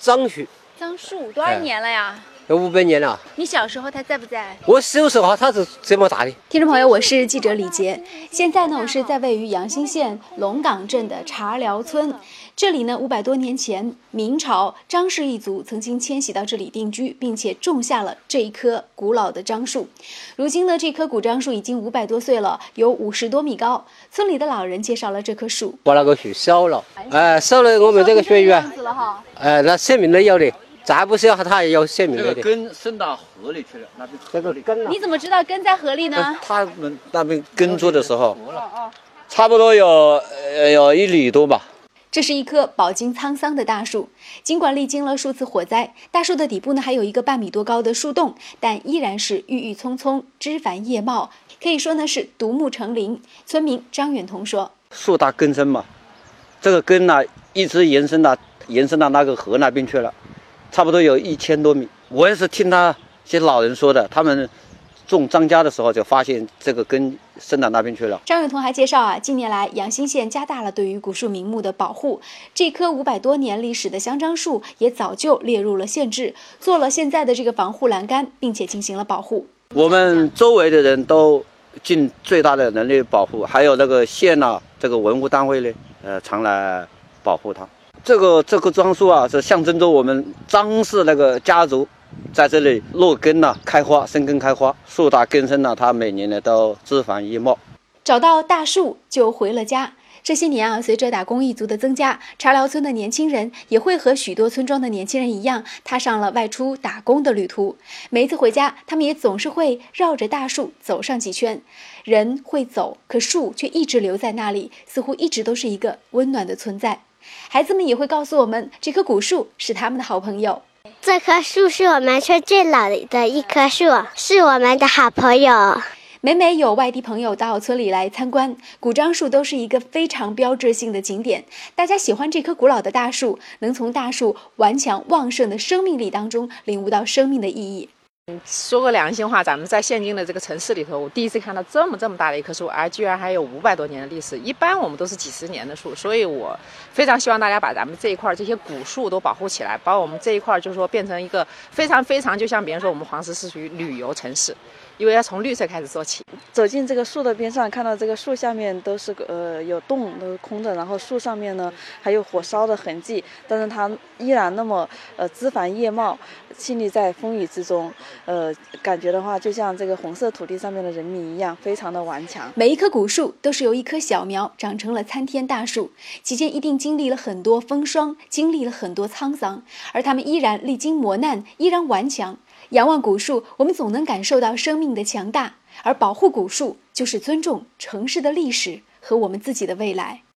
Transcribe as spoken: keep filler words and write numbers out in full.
樟树。 樟树多少年了呀？ 有五百年了。 你小时候它在不在？ 我小时候它是这么大的。 听众朋友，我是记者李杰，现在呢，我是在位于阳新县龙岗镇的茶寮村。这里呢，五百多年前，明朝张氏一族曾经迁徙到这里定居，并且种下了这一棵古老的樟树。如今呢，这棵古樟树已经五百多岁了，有五十多米高。村里的老人介绍了这棵树， 把那个树烧了，哎，烧了我们这个血缘，哎，那生命都有的。再不烧它也有生命的。 这个根伸到河里去了，那边这个根、啊、 你怎么知道根在河里呢？ 他们那边耕作的时候，差不多有呃有一里多吧。 这是一棵饱经沧桑的大树，尽管历经了数次火灾，大树的底部呢还有一个半米多高的树洞，但依然是郁郁葱葱，枝繁叶茂，可以说呢是独木成林。村民张远彤说：“ 树大根深嘛，这个根呢、啊、一直延伸到延伸到那个河那边去了。”差不多有一千多米，我也是听那些老人说的，他们种樟稼的时候就发现这个根伸到那边去了。 张永彤还介绍啊，近年来阳新县加大了对于古树名木的保护，这棵五百多年历史的香樟树也早就列入了县志，做了现在的这个防护栏杆，并且进行了保护。 我们周围的人都尽最大的能力保护，还有那个县啊，这个文物单位呢，呃，常来保护它。这个这棵樟树啊，是象征着我们张氏那个家族在这里落根了、啊、开花、生根开花，树大根深了，它每年呢都枝繁叶茂。 找到大树就回了家。这些年啊，随着打工一族的增加，茶寮村的年轻人也会和许多村庄的年轻人一样，踏上了外出打工的旅途。每一次回家，他们也总是会绕着大树走上几圈。人会走，可树却一直留在那里，似乎一直都是一个温暖的存在。孩子们也会告诉我们，这棵古树是他们的好朋友。 这棵树是我们村最老的一棵树，是我们的好朋友。 每每有外地朋友到村里来参观，古樟树都是一个非常标志性的景点。大家喜欢这棵古老的大树，能从大树顽强旺盛的生命力当中领悟到生命的意义。 说个良心话，咱们在现今的这个城市里头，我第一次看到这么这么大的一棵树，而居然还有五百多年的历史。一般我们都是几十年的树，所以我非常希望大家把咱们这一块这些古树都保护起来，把我们这一块就是说变成一个非常非常，就像比如说我们黄石是属于旅游城市，因为要从绿色开始做起。 走进这个树的边上，看到这个树下面都是呃有洞，都是空的，然后树上面呢还有火烧的痕迹，但是它依然那么呃枝繁叶茂，屹立在风雨之中。呃，感觉的话，就像这个红色土地上面的人民一样，非常的顽强。 每一棵古树都是由一棵小苗长成了参天大树，期间一定经历了很多风霜，经历了很多沧桑，而他们依然历经磨难，依然顽强。仰望古树，我们总能感受到生命的强大，而保护古树，就是尊重城市的历史和我们自己的未来。